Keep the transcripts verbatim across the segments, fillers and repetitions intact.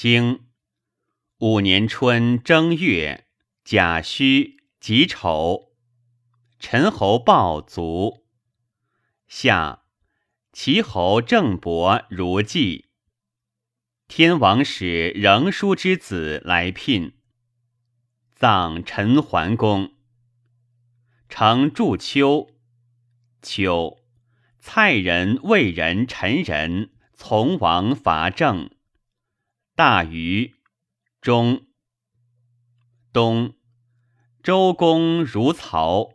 经五年春正月，甲戌己丑，陈侯豹卒。夏，齐侯郑伯如祭。天王使仍叔之子来聘，葬陈桓公。成祝秋，秋，蔡人、魏人、陈人从王伐郑。大禹，中。冬，周公如曹。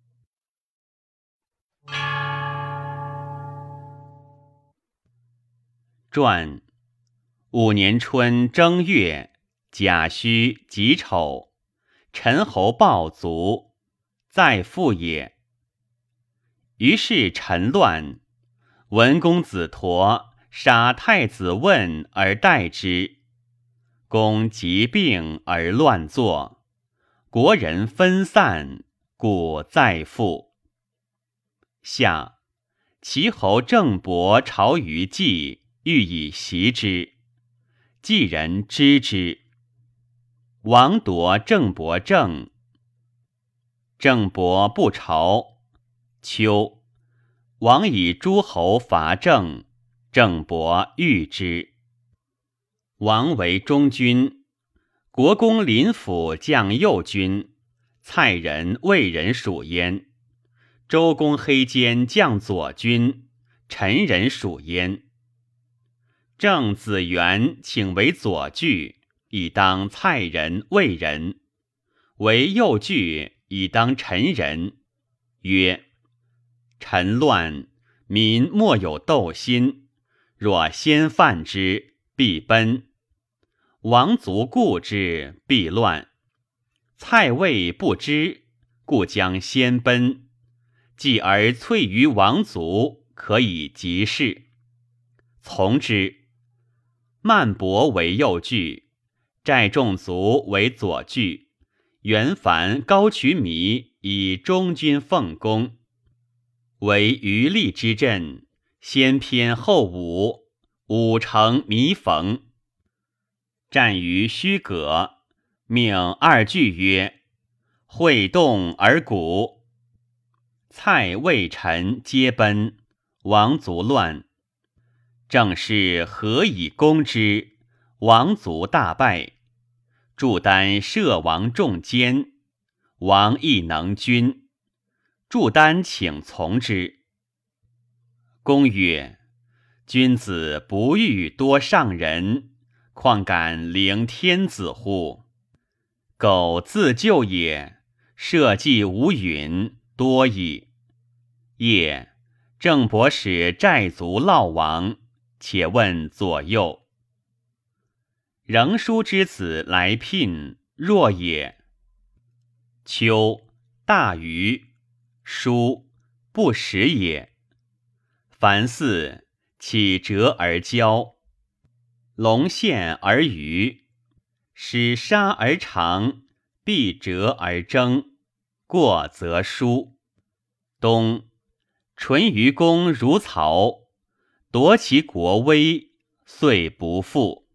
传五年春正月，甲戌己丑，陈侯豹卒，在父也。于是陈乱，文公子佗杀太子问而代之，公疾病而乱作，国人分散，故再复。夏，齐侯郑伯朝于季，欲以袭之，季人知之。王夺郑伯政，郑伯不朝。秋，王以诸侯伐郑，郑伯遇之。王为中军，国公林府将右军，蔡人、魏人属焉。周公黑肩将左军，陈人属焉。郑子元请为左据，以当蔡人、魏人；为右据，以当陈人。曰：陈乱，民莫有斗心，若先犯之，必奔；王族顾之，必乱。蔡魏不知，故将先奔。继而萃于王族，可以及事。从之。曼伯为右据，寨众族为左据，袁凡、高渠弥以中军奉公。为余力之阵，先偏后武，武成弥冯。战于虚葛，命二据曰：会动而鼓。蔡魏陈皆奔，王族乱。郑氏何以攻之？王族大败。祝丹摄王仲坚，王亦能军。祝丹请从之。公曰：君子不欲多上人，况敢凌天子乎？苟自救也，社稷无允，多矣。夜，郑伯使寨卒烙王，且问左右。仍叔之子来聘，若也。秋，大禹，叔，不食也。凡嗣，起折而骄，龙陷而鱼，使杀而长，必折而争，过则疏。冬，淳于公如曹，夺其国威，遂不复。